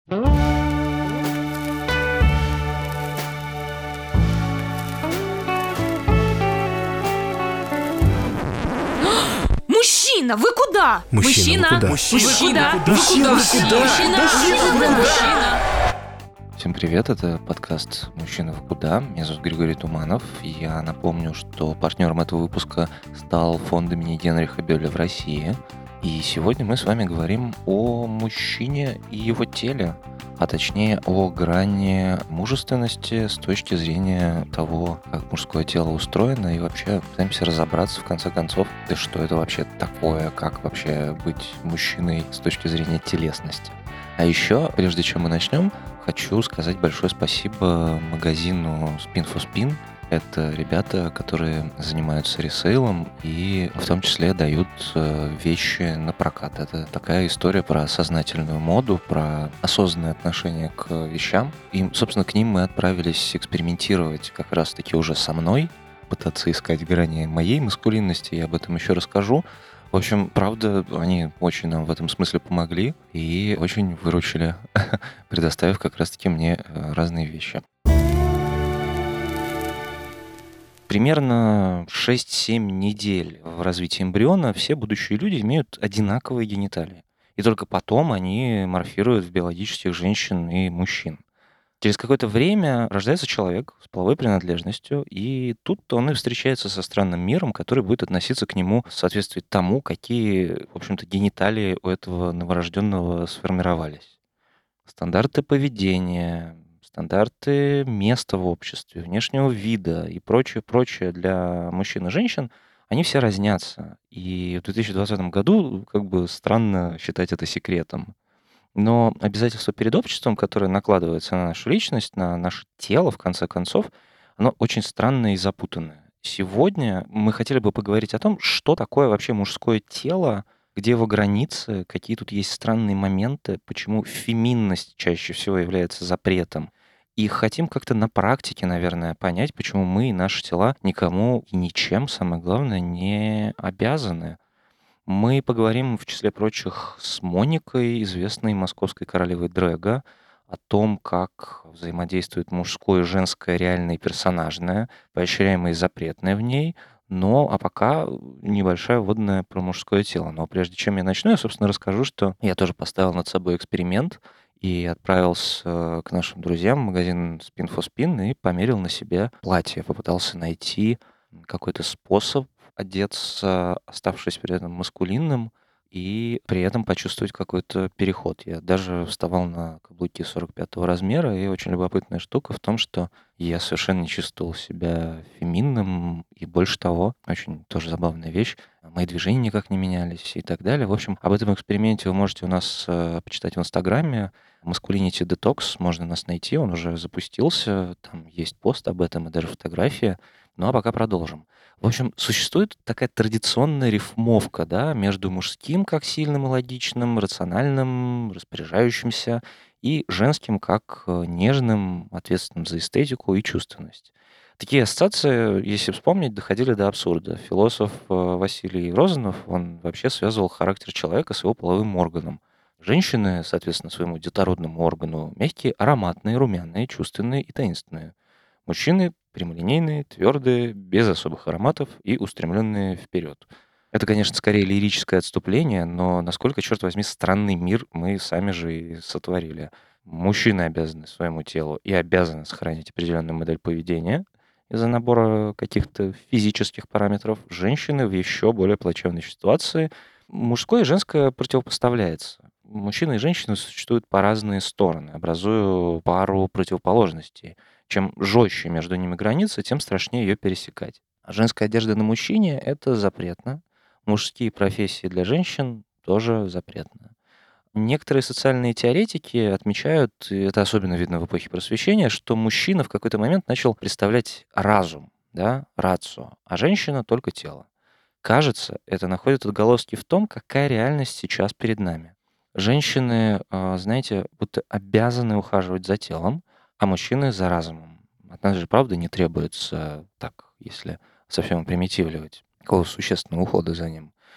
Мужчина, вы куда? Мужчина, вы куда? Мужчина. Всем привет, это подкаст «Мужчина в куда?». Меня зовут Григорий Туманов. Я напомню, что партнером этого выпуска стал фонд имени Генриха Бёля в России. И сегодня мы с вами говорим о мужчине и его теле, а точнее о грани мужественности с точки зрения того, как мужское тело устроено, и вообще пытаемся разобраться в конце концов, да что это вообще такое, как вообще быть мужчиной с точки зрения телесности. А еще, прежде чем мы начнем, хочу сказать большое спасибо магазину Spin for Spin. Это ребята, которые занимаются ресейлом и в том числе дают вещи на прокат. Это такая история про сознательную моду, про осознанное отношение к вещам. И, собственно, к ним мы отправились экспериментировать как раз-таки уже со мной, пытаться искать грани моей маскулинности, я об этом еще расскажу. В общем, правда, они очень нам в этом смысле помогли и очень выручили, предоставив как раз-таки мне разные вещи. Примерно 6-7 недель в развитии эмбриона все будущие люди имеют одинаковые гениталии. И только потом они морфируют в биологических женщин и мужчин. Через какое-то время рождается человек с половой принадлежностью, и тут он и встречается со странным миром, который будет относиться к нему в соответствии тому, какие, в общем-то, гениталии у этого новорожденного сформировались. Стандарты поведения, стандарты места в обществе, внешнего вида и прочее для мужчин и женщин, они все разнятся. И в 2020 году как бы странно считать это секретом. Но обязательство перед обществом, которое накладывается на нашу личность, на наше тело, в конце концов, оно очень странное и запутанное. Сегодня мы хотели бы поговорить о том, что такое вообще мужское тело, где его границы, какие тут есть странные моменты, почему феминность чаще всего является запретом. И хотим как-то на практике, наверное, понять, почему мы и наши тела никому и ничем, самое главное, не обязаны. Мы поговорим, в числе прочих, с Моникой, известной московской королевой дрэга, о том, как взаимодействует мужское и женское, реальное и персонажное, поощряемое и запретное в ней. А пока небольшая вводная про мужское тело. Но прежде чем я начну, я, собственно, расскажу, что я тоже поставил над собой эксперимент и отправился к нашим друзьям в магазин Spin for Spin и померил на себе платье. Попытался найти какой-то способ одеться, оставшись при этом маскулинным, и при этом почувствовать какой-то переход. Я даже вставал на каблуки 45-го размера, и очень любопытная штука в том, что я совершенно не чувствовал себя феминным, и больше того, очень тоже забавная вещь, мои движения никак не менялись и так далее. В общем, об этом эксперименте вы можете у нас почитать в Инстаграме. Masculinity Detox, можно нас найти, он уже запустился, там есть пост об этом и даже фотография. А пока продолжим. В общем, существует такая традиционная рифмовка, да, между мужским как сильным и логичным, рациональным, распоряжающимся, и женским как нежным, ответственным за эстетику и чувственность. Такие ассоциации, если вспомнить, доходили до абсурда. Философ Василий Розанов, он вообще связывал характер человека с его половым органом. Женщины, соответственно, своему детородному органу мягкие, ароматные, румяные, чувственные и таинственные. Мужчины прямолинейные, твердые, без особых ароматов и устремленные вперед. Это, конечно, скорее лирическое отступление, но насколько, черт возьми, странный мир мы сами же и сотворили. Мужчины обязаны своему телу и обязаны сохранить определенную модель поведения из-за набора каких-то физических параметров. Женщины в еще более плачевной ситуации. Мужское и женское противопоставляется. Мужчины и женщины существуют по разные стороны, образуя пару противоположностей. Чем жестче между ними граница, тем страшнее ее пересекать. А женская одежда на мужчине – это запретно. Мужские профессии для женщин тоже запретно. Некоторые социальные теоретики отмечают, и это особенно видно в эпохе Просвещения, что мужчина в какой-то момент начал представлять разум, да, рацио, а женщина только тело. Кажется, это находит отголоски в том, какая реальность сейчас перед нами. Женщины, знаете, будто обязаны ухаживать за телом, а мужчины за разумом. От нас же, правда, не требуется, так, если совсем примитивливать, какого существенного ухода за ним.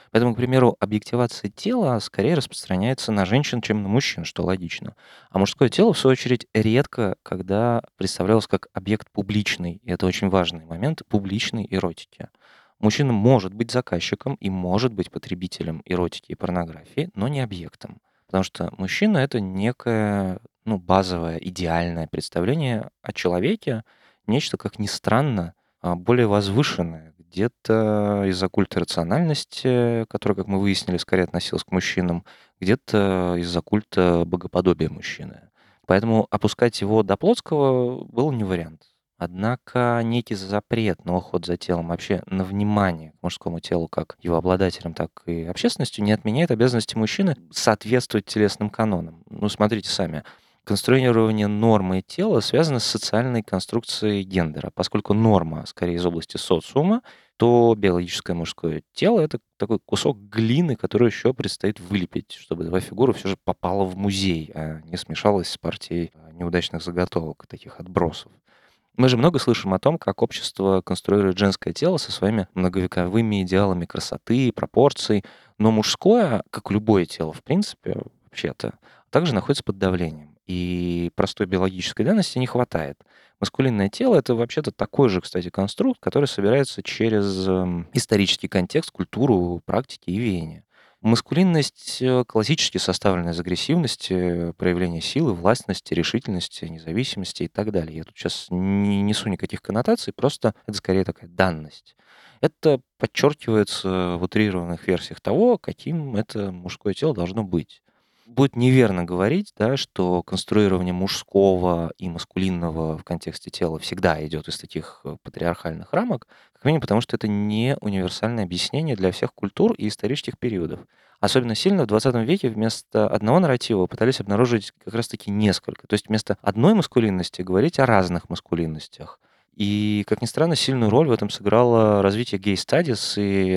Поэтому, к примеру, объективация тела скорее распространяется на женщин, чем на мужчин, что логично. А мужское тело, в свою очередь, редко когда представлялось как объект публичный, и это очень важный момент, публичной эротики. Мужчина может быть заказчиком и может быть потребителем эротики и порнографии, но не объектом. Потому что мужчина — это некое, базовое, идеальное представление о человеке, нечто, как ни странно, более возвышенное, где-то из-за культа рациональности, который, как мы выяснили, скорее относился к мужчинам, где-то из-за культа богоподобия мужчины. Поэтому опускать его до плотского был не вариант. Однако некий запрет на уход за телом, вообще на внимание к мужскому телу как его обладателям, так и общественностью не отменяет обязанности мужчины соответствовать телесным канонам. Смотрите сами. Конструирование нормы тела связано с социальной конструкцией гендера. Поскольку норма скорее из области социума, то биологическое мужское тело — это такой кусок глины, который еще предстоит вылепить, чтобы твоя фигура все же попала в музей, а не смешалась с партией неудачных заготовок, таких отбросов. Мы же много слышим о том, как общество конструирует женское тело со своими многовековыми идеалами красоты, пропорций, но мужское, как любое тело, в принципе, вообще-то, также находится под давлением. И простой биологической данности не хватает. Маскулинное тело — это вообще-то такой же, кстати, конструкт, который собирается через исторический контекст, культуру, практики и веяния. Маскулинность классически составлена из агрессивности, проявления силы, властности, решительности, независимости и так далее. Я тут сейчас не несу никаких коннотаций, просто это скорее такая данность. Это подчеркивается в утрированных версиях того, каким это мужское тело должно быть. Будет неверно говорить, да, что конструирование мужского и маскулинного в контексте тела всегда идет из таких патриархальных рамок, как минимум потому, что это не универсальное объяснение для всех культур и исторических периодов. Особенно сильно в 20 веке вместо одного нарратива пытались обнаружить как раз-таки несколько. То есть вместо одной маскулинности говорить о разных маскулинностях. И, как ни странно, сильную роль в этом сыграло развитие гей-стадис и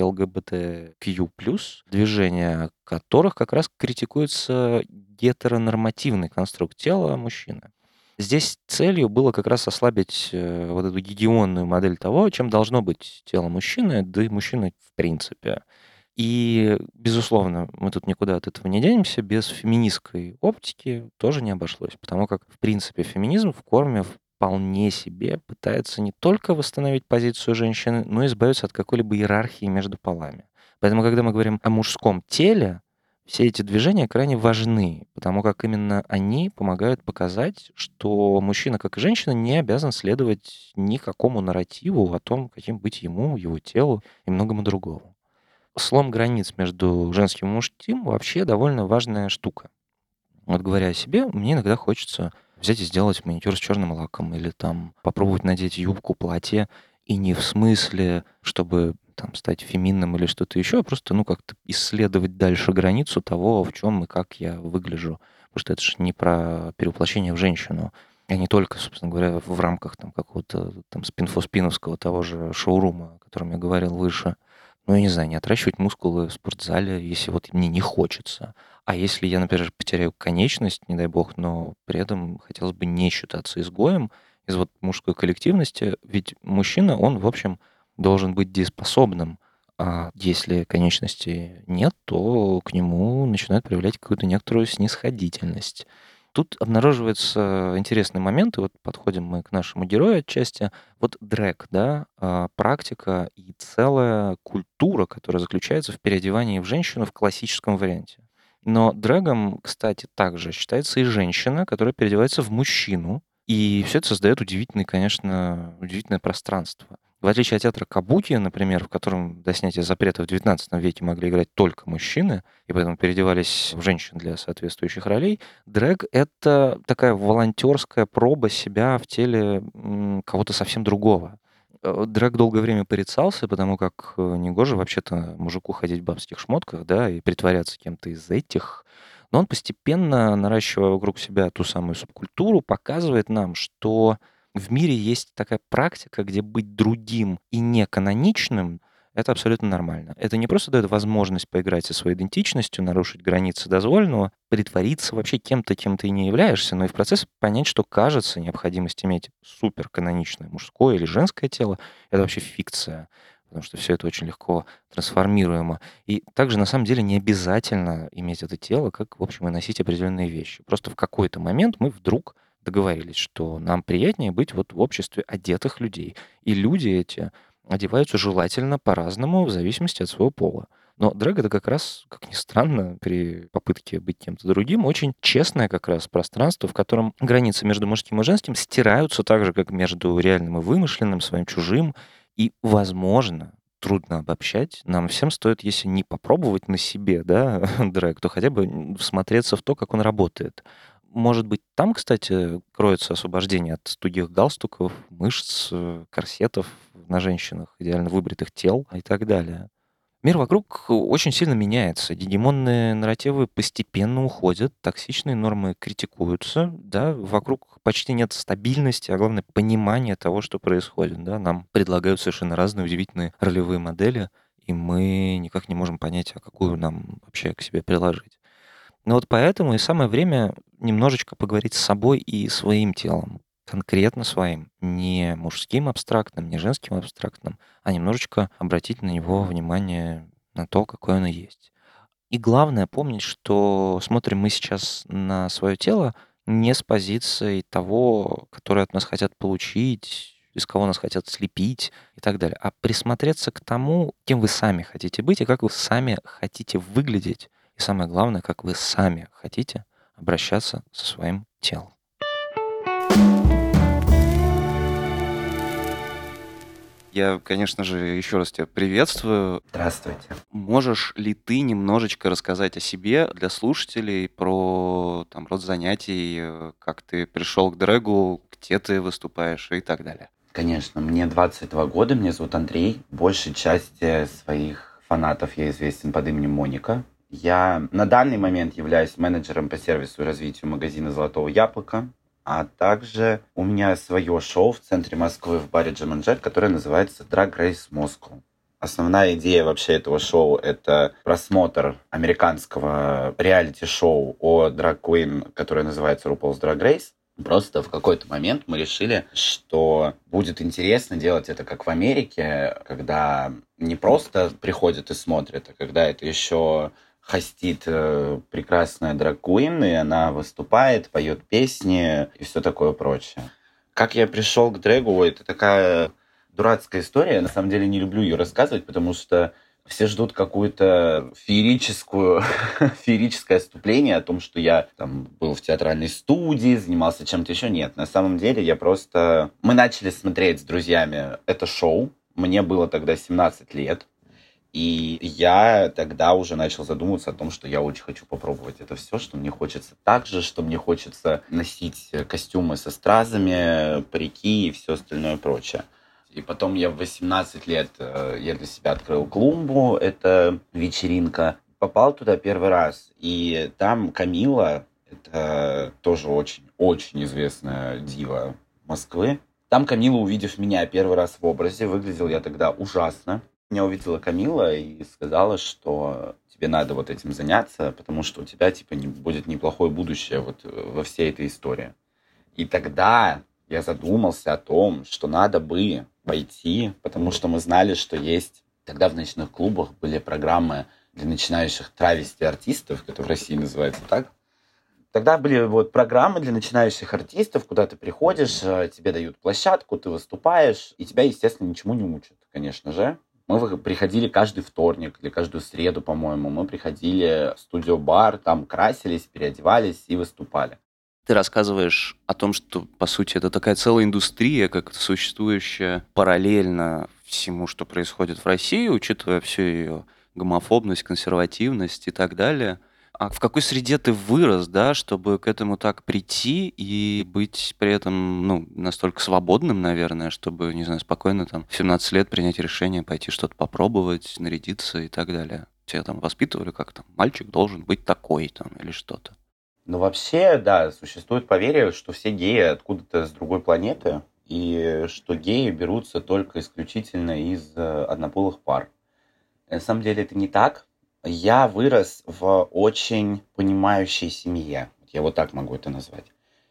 ЛГБТQ+, движения которых как раз критикуется гетеронормативный конструкт тела мужчины. Здесь целью было как раз ослабить вот эту гегемонную модель того, чем должно быть тело мужчины, да и мужчины в принципе. И, безусловно, мы тут никуда от этого не денемся, без феминистской оптики тоже не обошлось, потому как, в принципе, феминизм в корме вполне себе пытается не только восстановить позицию женщины, но и избавиться от какой-либо иерархии между полами. Поэтому, когда мы говорим о мужском теле, все эти движения крайне важны, потому как именно они помогают показать, что мужчина, как и женщина, не обязан следовать никакому нарративу о том, каким быть ему, его телу и многому другому. Слом границ между женским и мужским вообще довольно важная штука. Вот говоря о себе, мне иногда хочется взять и сделать маникюр с черным лаком или там попробовать надеть юбку, платье, и не в смысле, чтобы там стать феминным или что-то еще, а просто, как-то исследовать дальше границу того, в чем и как я выгляжу. Потому что это же не про перевоплощение в женщину, а не только, собственно говоря, в рамках там какого-то там спинфо-спиновского того же шоурума, о котором я говорил выше. Я не знаю, не отращивать мускулы в спортзале, если вот мне не хочется. А если я, например, потеряю конечность, не дай бог, но при этом хотелось бы не считаться изгоем из вот мужской коллективности, ведь мужчина, он, в общем, должен быть дееспособным. А если конечности нет, то к нему начинают проявлять какую-то некоторую снисходительность. Тут обнаруживается интересный момент, и вот подходим мы к нашему герою отчасти. Вот дрэг, да, практика и целая культура, которая заключается в переодевании в женщину в классическом варианте. Но дрэгом, кстати, также считается и женщина, которая переодевается в мужчину. И все это создает удивительный, конечно, удивительное пространство. В отличие от театра кабуки, например, в котором до снятия запрета в XIX веке могли играть только мужчины, и поэтому переодевались в женщин для соответствующих ролей, дрэг — это такая волонтерская проба себя в теле кого-то совсем другого. Дрэг долгое время порицался, потому как негоже вообще-то мужику ходить в бабских шмотках, да, и притворяться кем-то из этих. Но он постепенно, наращивая вокруг себя ту самую субкультуру, показывает нам, что в мире есть такая практика, где быть другим и неканоничным — это абсолютно нормально. Это не просто дает возможность поиграть со своей идентичностью, нарушить границы дозволенного, притвориться вообще кем-то, кем ты не являешься, но и в процессе понять, что, кажется, необходимость иметь суперканоничное мужское или женское тело — это вообще фикция. потому что все это очень легко трансформируемо. И также, на самом деле, не обязательно иметь это тело, как, в общем, и носить определенные вещи. Просто в какой-то момент мы вдруг договорились, что нам приятнее быть вот в обществе одетых людей. И люди эти одеваются желательно по-разному в зависимости от своего пола. Но дрэг — это как раз, как ни странно, при попытке быть кем-то другим, очень честное как раз пространство, в котором границы между мужским и женским стираются так же, как между реальным и вымышленным, своим чужим. И, возможно, трудно обобщать, нам всем стоит, если не попробовать на себе, да, дрэг, то хотя бы всмотреться в то, как он работает. Может быть, там, кстати, кроется освобождение от тугих галстуков, мышц, корсетов на женщинах, идеально выбритых тел и так далее. Мир вокруг очень сильно меняется. Гегемонные нарративы постепенно уходят, токсичные нормы критикуются, да, вокруг почти нет стабильности, а главное понимания того, что происходит, да. Нам предлагают совершенно разные удивительные ролевые модели, и мы никак не можем понять, а какую нам вообще к себе приложить. Но вот поэтому и самое время немножечко поговорить с собой и своим телом. Конкретно своим. Не мужским абстрактным, не женским абстрактным, а немножечко обратить на него внимание, на то, какое оно есть. И главное помнить, что смотрим мы сейчас на свое тело не с позиции того, которое от нас хотят получить, из кого нас хотят слепить и так далее, а присмотреться к тому, кем вы сами хотите быть и как вы сами хотите выглядеть. И самое главное, как вы сами хотите обращаться со своим телом. Я, конечно же, еще раз тебя приветствую. Здравствуйте. Можешь ли ты немножечко рассказать о себе для слушателей про там, род занятий, как ты пришел к дрэгу, где ты выступаешь и так далее? Конечно, мне 22 года, меня зовут Андрей. Большей части своих фанатов я известен под именем Моника. Я на данный момент являюсь менеджером по сервису и развитию магазина «Золотого яблока», а также у меня свое шоу в центре Москвы в баре Jam and Jack, которое называется Drag Race Moscow. Основная идея вообще этого шоу — это просмотр американского реалити-шоу о драг-квин, которое называется RuPaul's Drag Race. Просто в какой-то момент мы решили, что будет интересно делать это как в Америке, когда не просто приходят и смотрят, а когда это еще хостит прекрасная драг-квин, и она выступает, поет песни и все такое прочее. Как я пришел к дрэгу, это такая дурацкая история. Я на самом деле не люблю ее рассказывать, потому что все ждут какую-то феерическое отступление о том, что я там был в театральной студии, занимался чем-то еще. Нет, на самом деле я просто... Мы начали смотреть с друзьями это шоу. Мне было тогда 17 лет. И я тогда уже начал задумываться о том, что я очень хочу попробовать это все, что мне хочется так же, что мне хочется носить костюмы со стразами, парики и все остальное прочее. И потом я в 18 лет я для себя открыл клумбу, это вечеринка. Попал туда первый раз, и там Камила, это тоже очень известная дива Москвы. Там Камила, увидев меня первый раз в образе, выглядел я тогда ужасно. Меня увидела Камила и сказала, что тебе надо вот этим заняться, потому что у тебя типа будет неплохое будущее вот во всей этой истории. И тогда я задумался о том, что надо бы пойти, потому что мы знали, что есть... Тогда в ночных клубах были программы для начинающих травести-артистов, которые в России называются так. Тогда были вот программы для начинающих артистов, куда ты приходишь, тебе дают площадку, ты выступаешь, и тебя, естественно, ничему не учат, конечно же. Мы приходили каждый вторник или каждую среду, по-моему. Мы приходили в студио-бар, там красились, переодевались и выступали. Ты рассказываешь о том, что, по сути, это такая целая индустрия, как существующая параллельно всему, что происходит в России, учитывая всю ее гомофобность, консервативность и так далее. А в какой среде ты вырос, да, чтобы к этому так прийти и быть при этом, настолько свободным, наверное, чтобы, не знаю, спокойно там в 17 лет принять решение пойти что-то попробовать, нарядиться и так далее? Тебя там воспитывали как там, мальчик должен быть такой там или что-то? Ну, вообще, да, существует поверье, что все геи откуда-то с другой планеты, и что геи берутся только исключительно из однополых пар. На самом деле это не так. Я вырос в очень понимающей семье. Я вот так могу это назвать.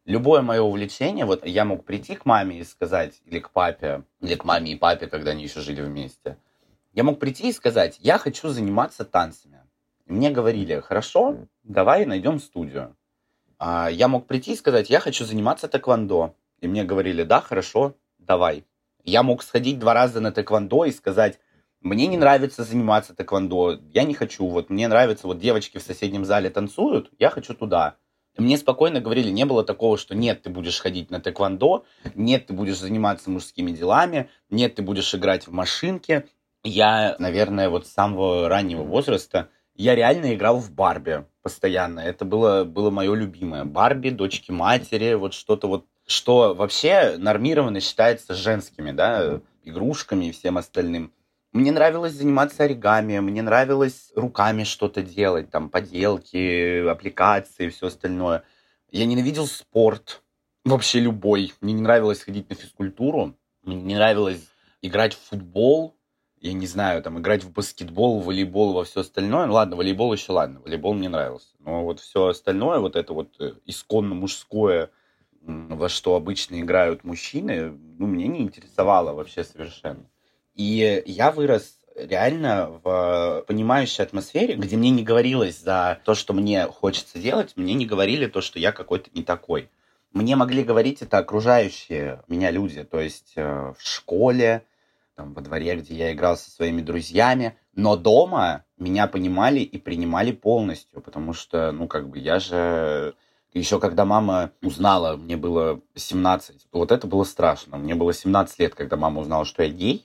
Любое мое увлечение, вот я мог прийти к маме и сказать, или к папе, или к маме и папе, когда они еще жили вместе. Я мог прийти и сказать, я хочу заниматься танцами. И мне говорили, хорошо, давай найдем студию. А я мог прийти и сказать, я хочу заниматься тэквондо. И мне говорили, да, хорошо, давай. Я мог сходить 2 раза на тэквондо и сказать, мне не нравится заниматься тэквондо, я не хочу, вот мне нравится, вот девочки в соседнем зале танцуют, я хочу туда. И мне спокойно говорили, не было такого, что нет, ты будешь ходить на тэквондо, нет, ты будешь заниматься мужскими делами, нет, ты будешь играть в машинки. Я, наверное, вот с самого раннего возраста, я реально играл в Барби постоянно. Это было мое любимое. Барби, дочки матери, вот что-то вот, что вообще нормированно считается женскими, да, игрушками и всем остальным. Мне нравилось заниматься оригами, мне нравилось руками что-то делать, там, поделки, аппликации и все остальное. Я ненавидел спорт, вообще любой. Мне не нравилось ходить на физкультуру, мне не нравилось играть в футбол, я не знаю, там, играть в баскетбол, волейбол, во все остальное. Ну, ладно, волейбол еще ладно, волейбол мне нравился. Но вот все остальное, вот это вот исконно мужское, во что обычно играют мужчины, ну, мне не интересовало вообще совершенно. И я вырос реально в понимающей атмосфере, где мне не говорилось за то, что мне хочется делать, мне не говорили то, что я какой-то не такой. Мне могли говорить это окружающие меня люди, то есть в школе, там, во дворе, где я играл со своими друзьями, но дома меня понимали и принимали полностью, потому что, ну, как бы я же... Еще когда мама узнала, мне было 17, вот это было страшно. Мне было 17 лет, когда мама узнала, что я гей.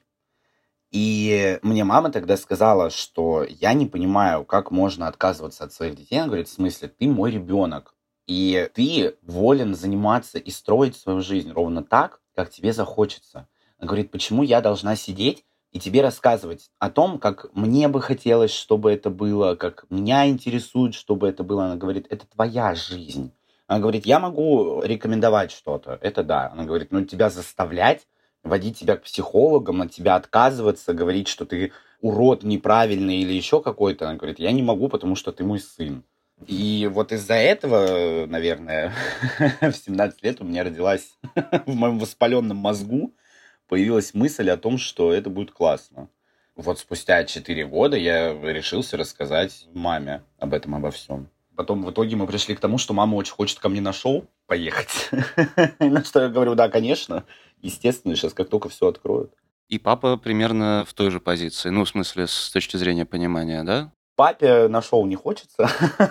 И мне мама тогда сказала, что я не понимаю, как можно отказываться от своих детей. Она говорит, в смысле, ты мой ребенок, и ты волен заниматься и строить свою жизнь ровно так, как тебе захочется. Она говорит, почему я должна сидеть и тебе рассказывать о том, как мне бы хотелось, чтобы это было, как меня интересует, чтобы это было. Она говорит, это твоя жизнь. Она говорит, я могу рекомендовать что-то, это да. Она говорит, но тебя заставлять, водить тебя к психологам, от тебя отказываться, говорить, что ты урод неправильный или еще какой-то. Она говорит, я не могу, потому что ты мой сын. И вот из-за этого, наверное, в 17 лет у меня родилась в моем воспаленном мозгу появилась мысль о том, что это будет классно. Вот спустя 4 года я решился рассказать маме об этом, обо всем. Потом в итоге мы пришли к тому, что мама очень хочет ко мне на шоу поехать. На что я говорю, да, конечно. Естественно, сейчас как только все откроют. И папа примерно в той же позиции, ну, в смысле, с точки зрения понимания, да? Папе на шоу не хочется.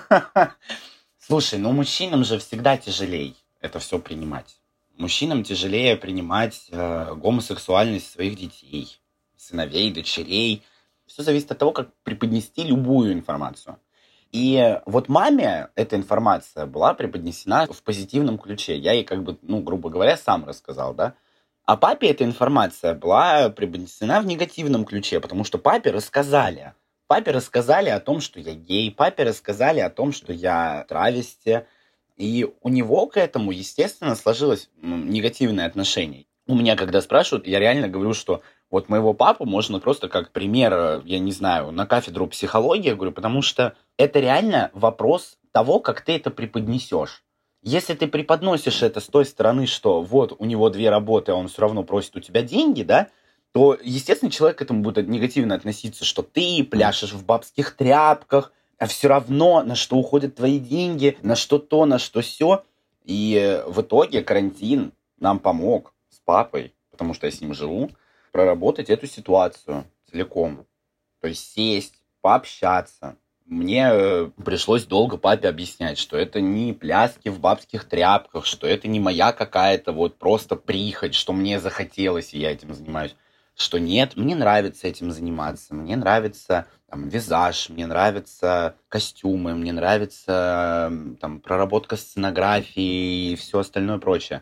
Слушай, ну мужчинам же всегда тяжелее это все принимать. Мужчинам тяжелее принимать гомосексуальность своих детей, сыновей, дочерей. Все зависит от того, как преподнести любую информацию. И вот маме эта информация была преподнесена в позитивном ключе. Я ей, как бы, ну, грубо говоря, сам рассказал, да? А папе эта информация была преподнесена в негативном ключе, потому что папе рассказали. Папе рассказали о том, что я гей, папе рассказали о том, что я травести. И у него к этому, естественно, сложилось негативное отношение. У меня, когда спрашивают, я реально говорю, что вот моего папу можно просто как пример, я не знаю, на кафедру психологии, говорю, потому что это реально вопрос того, как ты это преподнесешь. Если ты преподносишь это с той стороны, что вот у него 2 работы, а он все равно просит у тебя деньги, да, то, естественно, человек к этому будет негативно относиться, что ты пляшешь в бабских тряпках, а все равно на что уходят твои деньги, на что то, на что сё. И в итоге карантин нам помог с папой, потому что я с ним живу, проработать эту ситуацию целиком. То есть сесть, пообщаться. Мне пришлось долго папе объяснять, что это не пляски в бабских тряпках, что это не моя какая-то вот просто прихоть, что мне захотелось, и я этим занимаюсь. Что нет, мне нравится этим заниматься, мне нравится там, визаж, мне нравятся костюмы, мне нравится там, проработка сценографии и все остальное прочее.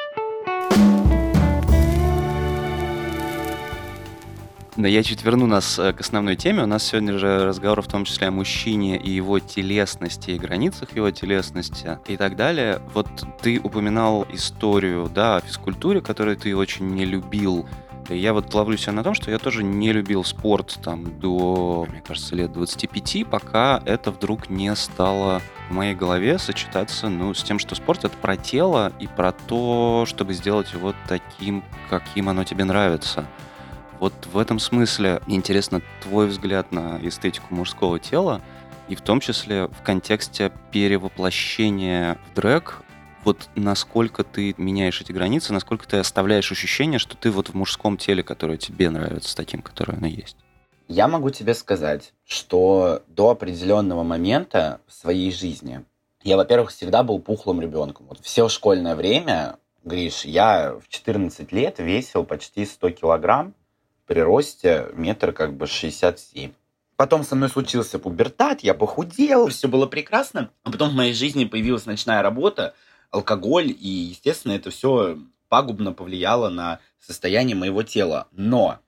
Да, я чуть верну нас к основной теме. У нас сегодня же разговор в том числе о мужчине и его телесности, и границах его телесности и так далее. Вот ты упоминал историю, да, о физкультуре, которую ты очень не любил. Я вот ловлю себя на том, что я тоже не любил спорт там до, мне кажется, лет 25, пока это вдруг не стало в моей голове сочетаться, с тем, что спорт — это про тело и про то, чтобы сделать его таким, каким оно тебе нравится. Вот в этом смысле мне интересно твой взгляд на эстетику мужского тела, и в том числе в контексте перевоплощения в дрэг. Вот насколько ты меняешь эти границы, насколько ты оставляешь ощущение, что ты вот в мужском теле, которое тебе нравится, таким, которое оно есть. Я могу тебе сказать, что до определенного момента в своей жизни я, во-первых, всегда был пухлым ребенком. Вот все школьное время, Гриш, я в 14 лет весил почти 100 килограмм при росте метр 67. Потом со мной случился пубертат, я похудел, все было прекрасно. А потом в моей жизни появилась ночная работа, алкоголь, и, естественно, это все пагубно повлияло на состояние моего тела. Но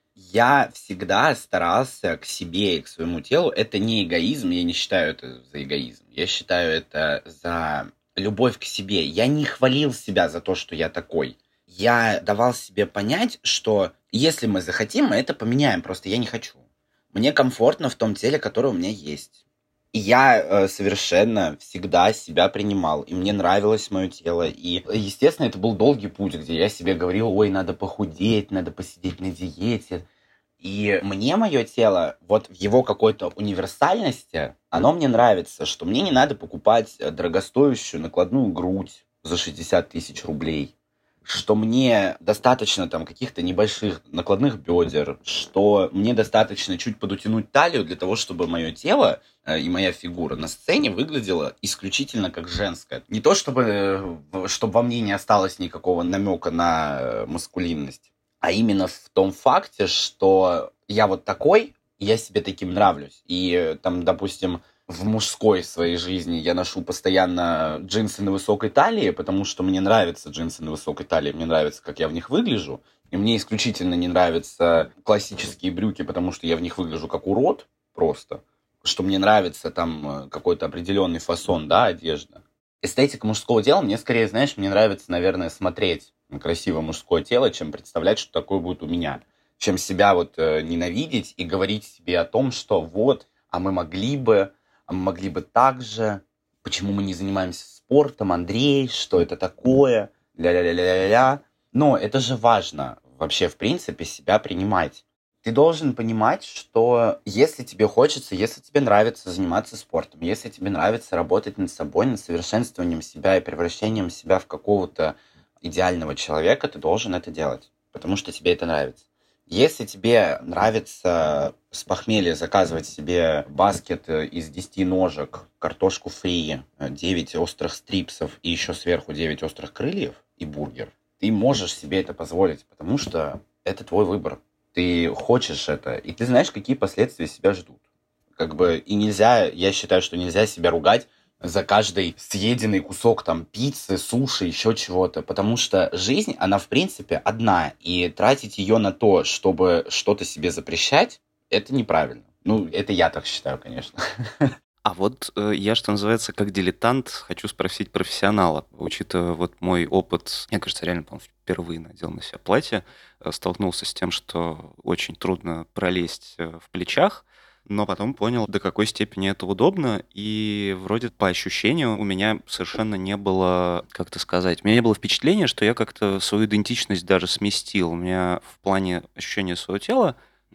я всегда старался к себе и к своему телу. Это не эгоизм, я не считаю это за эгоизм. Я считаю это за любовь к себе. Я не хвалил себя за то, что я такой. Я давал себе понять, что если мы захотим, мы это поменяем. Просто я не хочу. Мне комфортно в том теле, которое у меня есть. И я совершенно всегда себя принимал. И мне нравилось мое тело. И, естественно, это был долгий путь, где я себе говорил: ой, надо похудеть, надо посидеть на диете. И мне мое тело, вот в его какой-то универсальности, оно мне нравится, что мне не надо покупать дорогостоящую накладную грудь за 60 тысяч рублей. Что мне достаточно там каких-то небольших накладных бедер, что мне достаточно чуть подутянуть талию для того, чтобы мое тело и моя фигура на сцене выглядела исключительно как женская. Не то, чтобы во мне не осталось никакого намека на маскулинность, а именно в том факте, что я вот такой, и я себе таким нравлюсь. И там, допустим, в мужской своей жизни я ношу постоянно джинсы на высокой талии, потому что мне нравятся джинсы на высокой талии, мне нравится, как я в них выгляжу. И мне исключительно не нравятся классические брюки, потому что я в них выгляжу как урод просто. Что мне нравится там какой-то определенный фасон, да, одежда. Эстетика мужского тела мне скорее, знаешь, мне нравится, наверное, смотреть на красивое мужское тело, чем представлять, что такое будет у меня. Чем себя вот ненавидеть и говорить себе о том, что вот, а мы могли бы так же, почему мы не занимаемся спортом, Андрей, что это такое, ля-ля-ля-ля-ля-ля. Но это же важно вообще, в принципе, себя принимать. Ты должен понимать, что если тебе хочется, если тебе нравится заниматься спортом, если тебе нравится работать над собой, над совершенствованием себя и превращением себя в какого-то идеального человека, ты должен это делать, потому что тебе это нравится. Если тебе нравится с похмелья заказывать себе баскет из 10 ножек, картошку фри, 9 острых стрипсов и еще сверху 9 острых крыльев и бургер, ты можешь себе это позволить, потому что это твой выбор. Ты хочешь это, и ты знаешь, какие последствия себя ждут. И нельзя, я считаю, что нельзя себя ругать за каждый съеденный кусок там пиццы, суши, еще чего-то. Потому что жизнь, она в принципе одна. И тратить ее на то, чтобы что-то себе запрещать, это неправильно. Это я так считаю, конечно. А вот я, что называется, как дилетант, хочу спросить профессионала. Учитывая вот мой опыт, мне кажется, реально, по-моему, впервые надел на себя платье, столкнулся с тем, что очень трудно пролезть в плечах, но потом понял, до какой степени это удобно, и вроде по ощущению у меня совершенно не было, как это сказать, у меня не было впечатления, что я как-то свою идентичность даже сместил. У меня в плане ощущения своего тела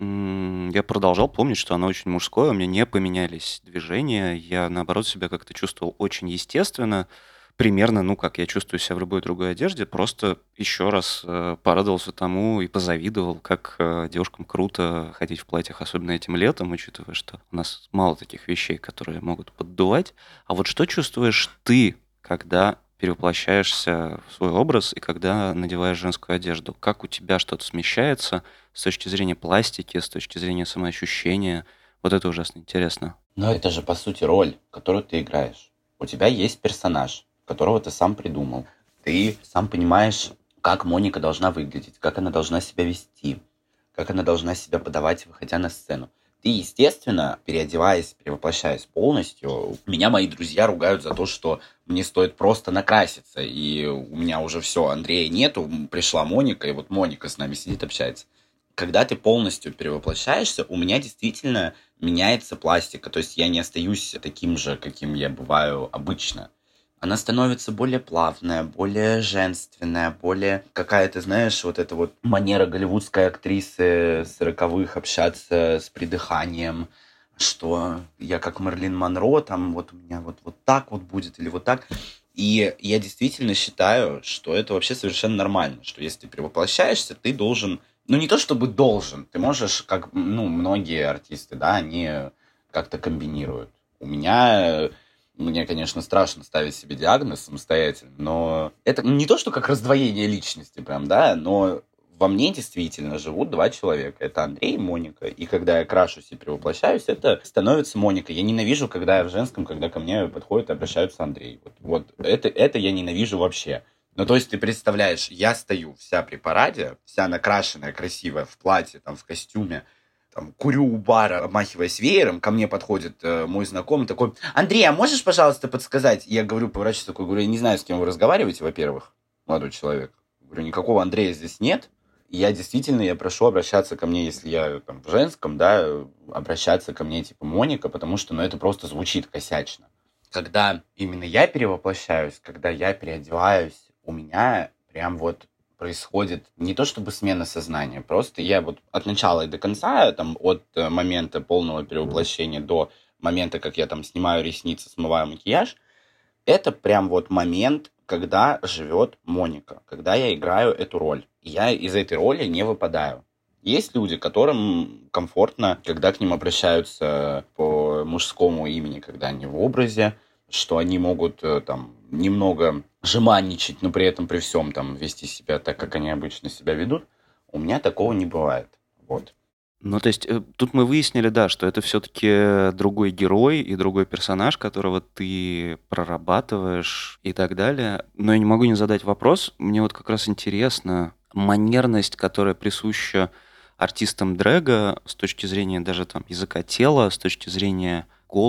я продолжал помнить, что оно очень мужское, у меня не поменялись движения, я, наоборот, себя как-то чувствовал очень естественно, примерно, как я чувствую себя в любой другой одежде, просто еще раз порадовался тому и позавидовал, как девушкам круто ходить в платьях, особенно этим летом, учитывая, что у нас мало таких вещей, которые могут поддувать. А вот что чувствуешь ты, когда перевоплощаешься в свой образ и когда надеваешь женскую одежду? Как у тебя что-то смещается с точки зрения пластики, с точки зрения самоощущения? Вот это ужасно интересно. Но это же, по сути, роль, которую ты играешь. У тебя есть персонаж, которого ты сам придумал. Ты сам понимаешь, как Моника должна выглядеть, как она должна себя вести, как она должна себя подавать, выходя на сцену. Ты, естественно, переодеваясь, перевоплощаясь полностью, меня мои друзья ругают за то, что мне стоит просто накраситься, и у меня уже все, Андрея нету, пришла Моника, и вот Моника с нами сидит, общается. Когда ты полностью перевоплощаешься, у меня действительно меняется пластика, то есть я не остаюсь таким же, каким я бываю обычно. Она становится более плавная, более женственная, более какая-то, знаешь, вот эта вот манера голливудской актрисы 40-х общаться с придыханием, что я как Мерлин Монро, там вот у меня вот так вот будет или вот так. И я действительно считаю, что это вообще совершенно нормально, что если ты перевоплощаешься, ты должен, ну не то чтобы должен, ты можешь, как, ну, многие артисты, да, они как-то комбинируют. Мне, конечно, страшно ставить себе диагноз самостоятельно, но это не то, что как раздвоение личности прям, да, но во мне действительно живут два человека. Это Андрей и Моника. И когда я крашусь и перевоплощаюсь, это становится Моника. Я ненавижу, когда я в женском, когда ко мне подходят и обращаются Андрей. Вот это я ненавижу вообще. Ну, то есть ты представляешь, я стою вся при параде, вся накрашенная, красивая, в платье, там, в костюме, там, курю у бара, обмахиваясь веером, ко мне подходит мой знакомый, такой: Андрей, а можешь, пожалуйста, подсказать? Я говорю, поворачиваюсь такой, говорю, я не знаю, с кем вы разговариваете, во-первых, молодой человек. Говорю, никакого Андрея здесь нет. И я прошу обращаться ко мне, если я там в женском, да, обращаться ко мне типа Моника, потому что, ну, это просто звучит косячно. Когда именно я перевоплощаюсь, когда я переодеваюсь, у меня прям вот происходит не то чтобы смена сознания, просто я вот от начала и до конца, там, от момента полного перевоплощения до момента, как я там снимаю ресницы, смываю макияж, это прям вот момент, когда живет Моника, когда я играю эту роль. И я из этой роли не выпадаю. Есть люди, которым комфортно, когда к ним обращаются по мужскому имени, когда они в образе, что они могут там немного жеманничать, но при этом при всем там вести себя так, как они обычно себя ведут. У меня такого не бывает. Вот. Ну, то есть тут мы выяснили, да, что это все-таки другой герой и другой персонаж, которого ты прорабатываешь и так далее. Но я не могу не задать вопрос. Мне вот как раз интересно манерность, которая присуща артистам дрэга с точки зрения даже там языка тела, с точки зрения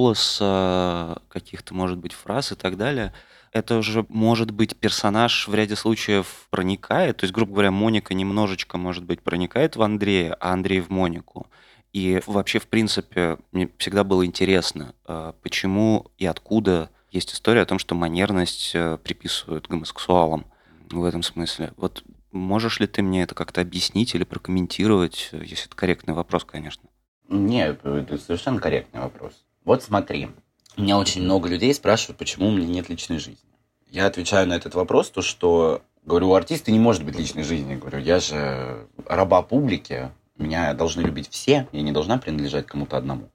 голоса, каких-то, может быть, фраз и так далее. Это уже, может быть, персонаж в ряде случаев проникает. То есть, грубо говоря, Моника немножечко, может быть, проникает в Андрея, а Андрей в Монику. И вообще, в принципе, мне всегда было интересно, почему и откуда есть история о том, что манерность приписывают гомосексуалам в этом смысле. Вот можешь ли ты мне это как-то объяснить или прокомментировать, если это корректный вопрос, конечно? Нет, это совершенно корректный вопрос. Вот смотри, меня очень много людей спрашивают, почему у меня нет личной жизни. Я отвечаю на этот вопрос, то что, говорю, у артиста не может быть личной жизни. Говорю, я же раба публики, меня должны любить все, я не должна принадлежать кому-то одному.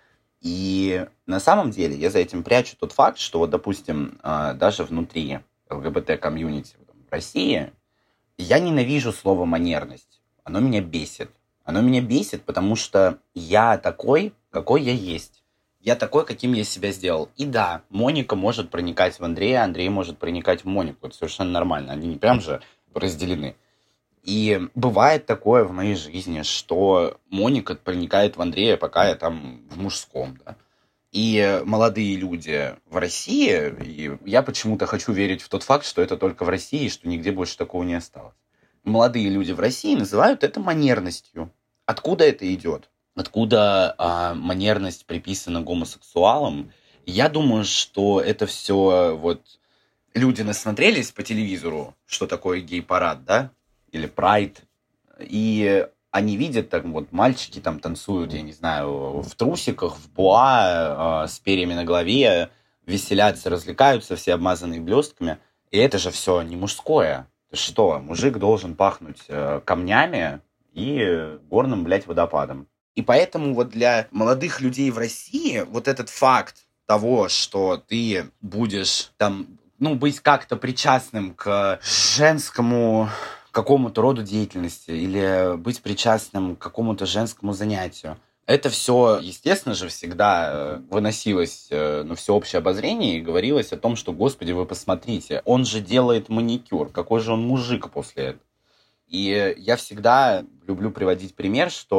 И на самом деле я за этим прячу тот факт, что, вот, допустим, даже внутри ЛГБТ-комьюнити в России я ненавижу слово «манерность». Оно меня бесит. Оно меня бесит, потому что я такой, какой я есть. Я такой, каким я себя сделал. И да, Моника может проникать в Андрея, Андрей может проникать в Монику. Это совершенно нормально. Они не прям же разделены. И бывает такое в моей жизни, что Моника проникает в Андрея, пока я там в мужском, да. И молодые люди в России, и я почему-то хочу верить в тот факт, что это только в России, что нигде больше такого не осталось. Молодые люди в России называют это манерностью. Откуда это идет? Откуда манерность приписана гомосексуалам? Я думаю, что это все вот люди насмотрелись по телевизору, что такое гей-парад, да, или прайд, и они видят, так вот, мальчики там танцуют, я не знаю, в трусиках, в буа, с перьями на голове, веселятся, развлекаются, все обмазанные блестками. И это же все не мужское. Ты что, мужик должен пахнуть камнями и горным, блядь, водопадом. И поэтому вот для молодых людей в России вот этот факт того, что ты будешь там, ну, быть как-то причастным к женскому какому-то роду деятельности или быть причастным к какому-то женскому занятию, это все, естественно же, всегда выносилось на всеобщее обозрение и говорилось о том, что, господи, вы посмотрите, он же делает маникюр, какой же он мужик после этого. И я всегда люблю приводить пример, что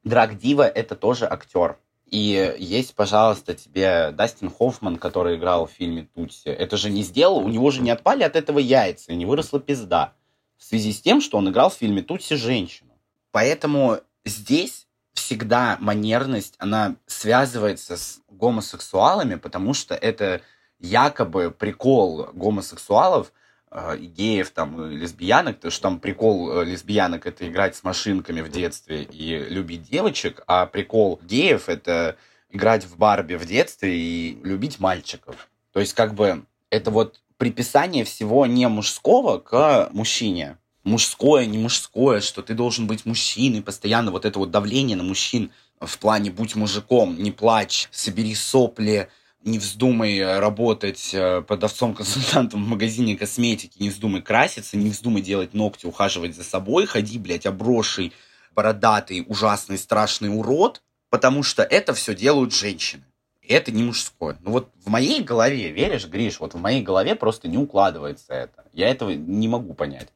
Драг-дива — это тоже актер. И есть, пожалуйста, тебе Дастин Хоффман, который играл в фильме «Тутси». Это же не сделал, у него же не отпали от этого яйца, и не выросла пизда. В связи с тем, что он играл в фильме «Тутси» женщину. Поэтому здесь всегда манерность, она связывается с гомосексуалами, потому что это якобы прикол гомосексуалов, геев там, и лесбиянок, потому что там прикол лесбиянок — это играть с машинками в детстве и любить девочек, а прикол геев — это играть в Барби в детстве и любить мальчиков. То есть как бы это вот приписание всего не мужского к мужчине. Мужское, не мужское, что ты должен быть мужчиной, постоянно вот это вот давление на мужчин в плане «будь мужиком, не плачь, собери сопли», не вздумай работать продавцом-консультантом в магазине косметики, не вздумай краситься, не вздумай делать ногти, ухаживать за собой, ходи, блядь, обросший, бородатый, ужасный, страшный урод, потому что это все делают женщины. И это не мужское. Ну вот в моей голове, веришь, Гриш, вот в моей голове просто не укладывается это. Я этого не могу понять.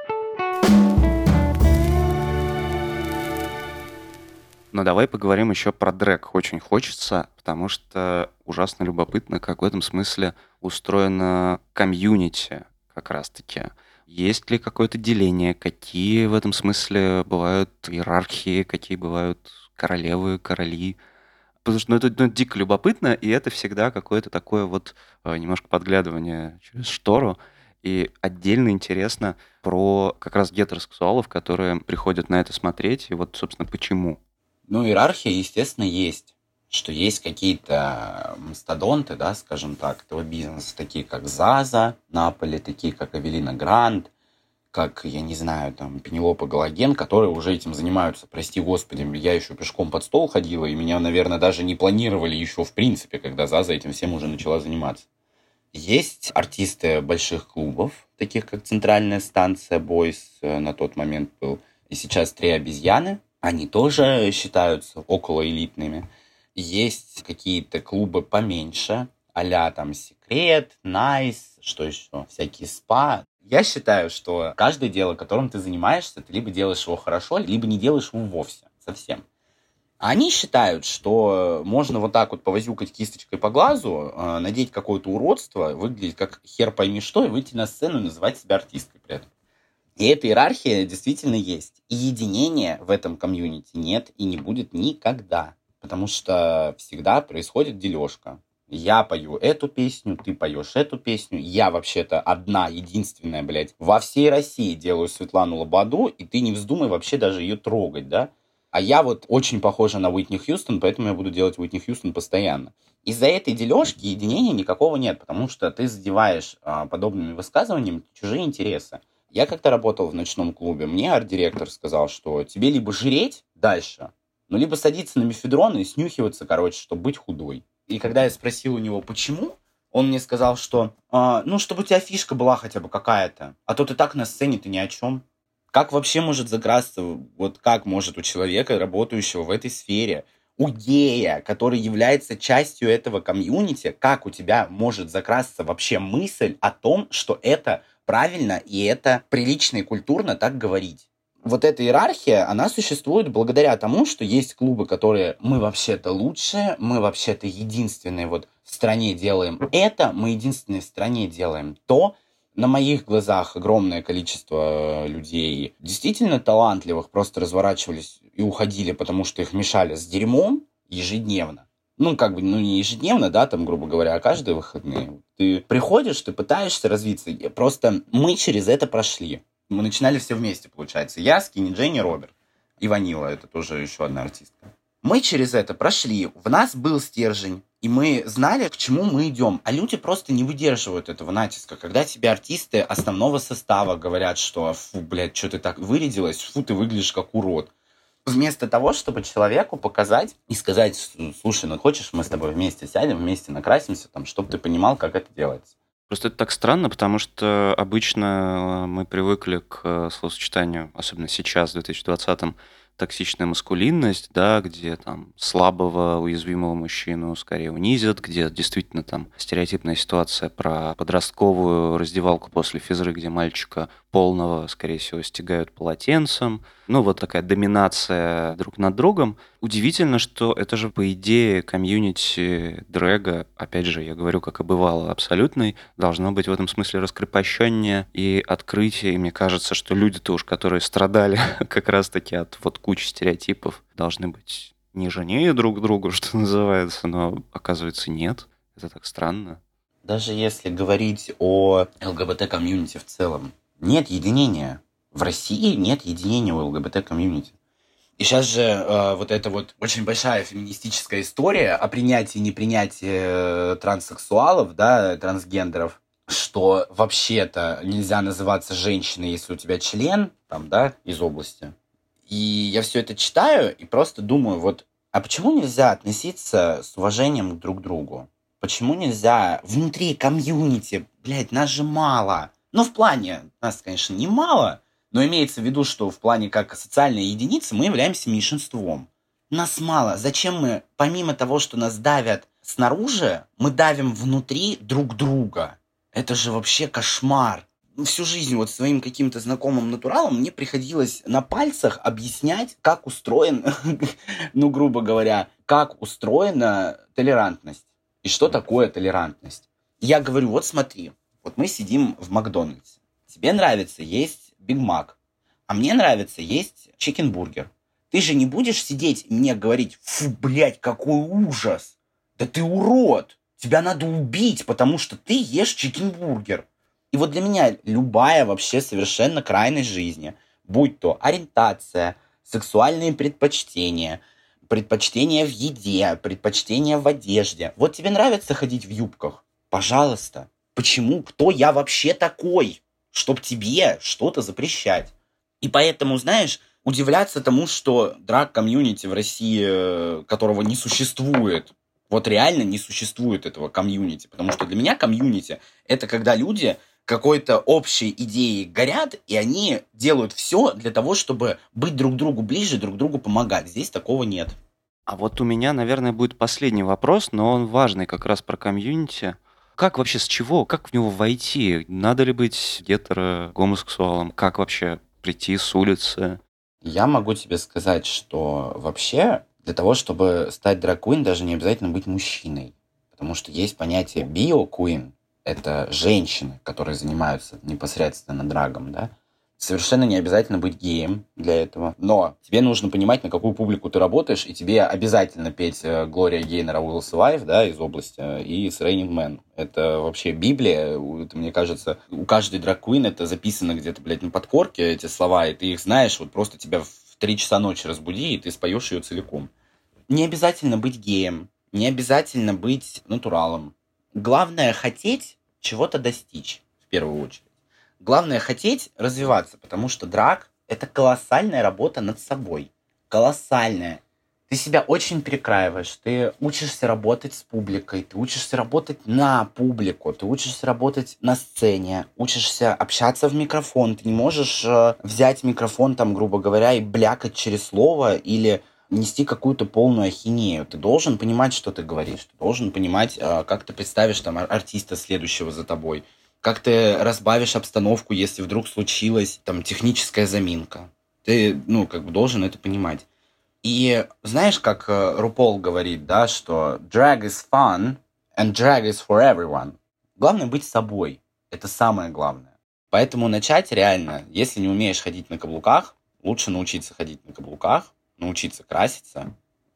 Но давай поговорим еще про дрэг. Очень хочется, потому что ужасно любопытно, как в этом смысле устроено комьюнити как раз-таки. Есть ли какое-то деление? Какие в этом смысле бывают иерархии? Какие бывают королевы, короли? Потому что это дико любопытно, и это всегда какое-то такое вот немножко подглядывание через штору. И отдельно интересно про как раз гетеросексуалов, которые приходят на это смотреть, и вот, собственно, почему. Ну, иерархия, естественно, есть. Что есть какие-то мастодонты, да, скажем так, этого бизнеса, такие как Заза, Наполи, такие как Авелина Грант, как, я не знаю, там, Пенелопа Галоген, которые уже этим занимаются. Прости господи, я еще пешком под стол ходила, и меня, наверное, даже не планировали еще в принципе, когда Заза этим всем уже начала заниматься. Есть артисты больших клубов, таких как «Центральная станция», «Бойс» на тот момент был, и сейчас «Три обезьяны». Они тоже считаются околоэлитными. Есть какие-то клубы поменьше, а-ля там «Секрет», «Найс», что еще, всякие «Спа». Я считаю, что каждое дело, которым ты занимаешься, ты либо делаешь его хорошо, либо не делаешь его вовсе, совсем. А они считают, что можно вот так вот повозюкать кисточкой по глазу, надеть какое-то уродство, выглядеть как хер пойми что, и выйти на сцену и называть себя артисткой при этом. И эта иерархия действительно есть. И единения в этом комьюнити нет и не будет никогда. Потому что всегда происходит дележка. Я пою эту песню, ты поешь эту песню. Я вообще-то одна, единственная, блядь, во всей России делаю Светлану Лободу, и ты не вздумай вообще даже ее трогать, да? А я вот очень похожа на Уитни Хьюстон, поэтому я буду делать Уитни Хьюстон постоянно. Из-за этой дележки единения никакого нет, потому что ты задеваешь подобными высказываниями чужие интересы. Я как-то работал в ночном клубе, мне арт-директор сказал, что тебе либо жреть дальше, ну, либо садиться на мефедрон и снюхиваться, короче, чтобы быть худой. И когда я спросил у него, почему, он мне сказал, что, ну, чтобы у тебя фишка была хотя бы какая-то, а то ты так на сцене, ты ни о чем. Как вообще может закрасться, вот как может у человека, работающего в этой сфере, у гея, который является частью этого комьюнити, как у тебя может закрасться вообще мысль о том, что это правильно и это прилично и культурно так говорить. Вот эта иерархия, она существует благодаря тому, что есть клубы, которые мы вообще-то лучшие, мы вообще-то единственные вот в стране делаем это, мы единственные в стране делаем то. На моих глазах огромное количество людей действительно талантливых просто разворачивались и уходили, потому что их мешали с дерьмом ежедневно. Ну, как бы, ну, не ежедневно, да, там, грубо говоря, а каждые выходные. Ты приходишь, ты пытаешься развиться. Просто мы через это прошли. Мы начинали все вместе, получается. Я, Скинни Дженни, Роберт. И Ванила, это тоже еще одна артистка. Мы через это прошли. В нас был стержень. И мы знали, к чему мы идем. А люди просто не выдерживают этого натиска. Когда тебе артисты основного состава говорят, что фу, блядь, что ты так вырядилась, фу, ты выглядишь как урод. Вместо того, чтобы человеку показать и сказать, слушай, ну хочешь, мы с тобой вместе сядем, вместе накрасимся, там, чтобы ты понимал, как это делается. Просто это так странно, потому что обычно мы привыкли к словосочетанию, особенно сейчас, в 2020-м, токсичная маскулинность, да, где там слабого, уязвимого мужчину скорее унизят, где действительно там стереотипная ситуация про подростковую раздевалку после физры, где мальчика полного, скорее всего, стягают полотенцем. Ну, вот такая доминация друг над другом. Удивительно, что это же, по идее, комьюнити дрэга, опять же, я говорю, как и бывало, абсолютный, должно быть в этом смысле раскрепощеннее и открытие. И мне кажется, что люди-то уж, которые страдали как раз-таки от вот кучи стереотипов, должны быть нежнее друг другу, что называется, но оказывается нет. Это так странно. Даже если говорить о ЛГБТ-комьюнити в целом, нет единения. В России нет единения у ЛГБТ-комьюнити. И сейчас же вот эта вот очень большая феминистическая история о принятии и непринятии транссексуалов, да, трансгендеров, что вообще-то нельзя называться женщиной, если у тебя член, там, да, из области. И я все это читаю и просто думаю, вот, а почему нельзя относиться с уважением друг к другу? Почему нельзя внутри комьюнити, блядь, нас же мало. Ну, в плане, нас, конечно, не мало, но имеется в виду, что в плане как социальной единицы мы являемся меньшинством. Нас мало. Зачем мы, помимо того, что нас давят снаружи, мы давим внутри друг друга? Это же вообще кошмар. Всю жизнь вот своим каким-то знакомым натуралам мне приходилось на пальцах объяснять, как устроен, ну, грубо говоря, как устроена толерантность. И что такое толерантность? Я говорю, вот смотри, вот мы сидим в Макдональдсе. Тебе нравится есть Биг Мак, а мне нравится есть чикенбургер. Ты же не будешь сидеть и мне говорить, фу, блядь, какой ужас. Да ты урод. Тебя надо убить, потому что ты ешь чикенбургер. И вот для меня любая вообще совершенно крайность жизни, будь то ориентация, сексуальные предпочтения в еде, предпочтения в одежде. Вот тебе нравится ходить в юбках? Пожалуйста. Почему? Кто я вообще такой, чтоб тебе что-то запрещать? И поэтому, знаешь, удивляться тому, что драг-комьюнити в России, которого не существует, вот реально не существует этого комьюнити. Потому что для меня комьюнити – это когда люди какой-то общей идеей горят, и они делают все для того, чтобы быть друг другу ближе, друг другу помогать. Здесь такого нет. А вот у меня, наверное, будет последний вопрос, но он важный как раз про комьюнити. Как вообще, с чего, как в него войти? Надо ли быть гомосексуалом? Как вообще прийти с улицы? Я могу тебе сказать, что вообще для того, чтобы стать драг-куин, даже не обязательно быть мужчиной. Потому что есть понятие био-куин. Это женщины, которые занимаются непосредственно драгом, да. Совершенно не обязательно быть геем для этого. Но тебе нужно понимать, на какую публику ты работаешь, и тебе обязательно петь Глория Гейнер Will's Life, да, из области, и с Raining Man. Это вообще Библия. Это, мне кажется, у каждой драг-куин это записано где-то, блядь, на подкорке, эти слова, и ты их знаешь, вот просто тебя в 3 часа ночи разбуди, и ты споешь ее целиком. Не обязательно быть геем, не обязательно быть натуралом. Главное хотеть чего-то достичь, в первую очередь. Главное хотеть развиваться, потому что драг – это колоссальная работа над собой. Колоссальная. Ты себя очень перекраиваешь, ты учишься работать с публикой, ты учишься работать на публику, ты учишься работать на сцене, учишься общаться в микрофон. Ты не можешь взять микрофон, там, грубо говоря, и блякать через слово или нести какую-то полную ахинею. Ты должен понимать, что ты говоришь. Ты должен понимать, как ты представишь там артиста следующего за тобой. Как ты разбавишь обстановку, если вдруг случилась там техническая заминка. Ты, должен это понимать. И знаешь, как RuPaul говорит, да, что drag is fun and drag is for everyone. Главное быть собой. Это самое главное. Поэтому начать реально, если не умеешь ходить на каблуках, лучше научиться ходить на каблуках, научиться краситься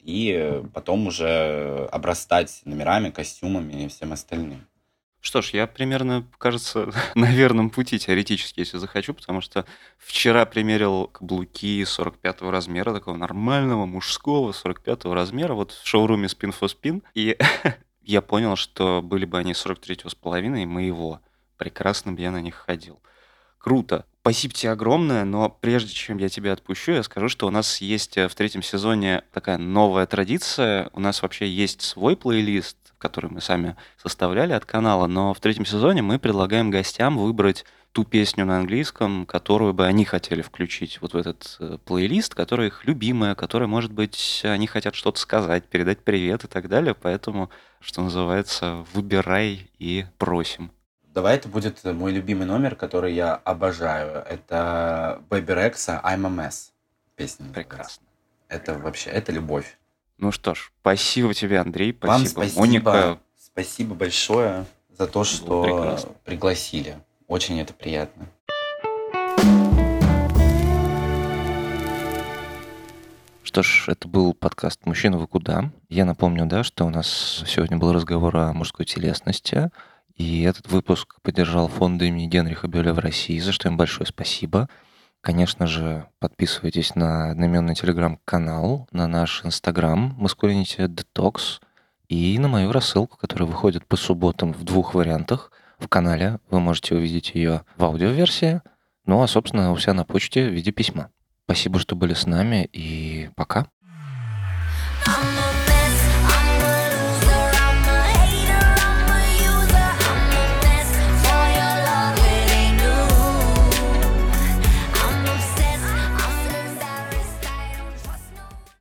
и потом уже обрастать номерами, костюмами и всем остальным. Что ж, я примерно, кажется, на верном пути теоретически, если захочу, потому что вчера примерил каблуки 45-го размера, такого нормального, мужского 45-го размера, вот в шоуруме Spin for Spin, и я понял, что были бы они 43-го с половиной моего, прекрасно бы я на них ходил. Круто. Спасибо тебе огромное, но прежде чем я тебя отпущу, я скажу, что у нас есть в 3-м сезоне такая новая традиция. У нас вообще есть свой плейлист, который мы сами составляли от канала, но в 3-м сезоне мы предлагаем гостям выбрать ту песню на английском, которую бы они хотели включить вот в этот плейлист, которая их любимая, которая, может быть, они хотят что-то сказать, передать привет и так далее. Поэтому, что называется, выбирай и просим. Давай это будет мой любимый номер, который я обожаю. Это Baby Rexha I'm a Mess. Песня называется. Прекрасно. Это вообще, это любовь. Ну что ж, спасибо тебе, Андрей, Вам спасибо, спасибо. Моника. Спасибо большое за то, что прекрасно. пригласили. Очень это приятно. Что ж, это был подкаст «Мужчина, вы куда?». Я напомню, да, что у нас сегодня был разговор о мужской телесности, и этот выпуск поддержал фонд имени Генриха Бёля в России, за что им большое спасибо. Конечно же, подписывайтесь на одноименный телеграм-канал, на наш инстаграм Masculinity Detox и на мою рассылку, которая выходит по субботам в 2 вариантах в канале. Вы можете увидеть ее в аудиоверсии, ну а, собственно, у себя на почте в виде письма. Спасибо, что были с нами, и пока. I'm a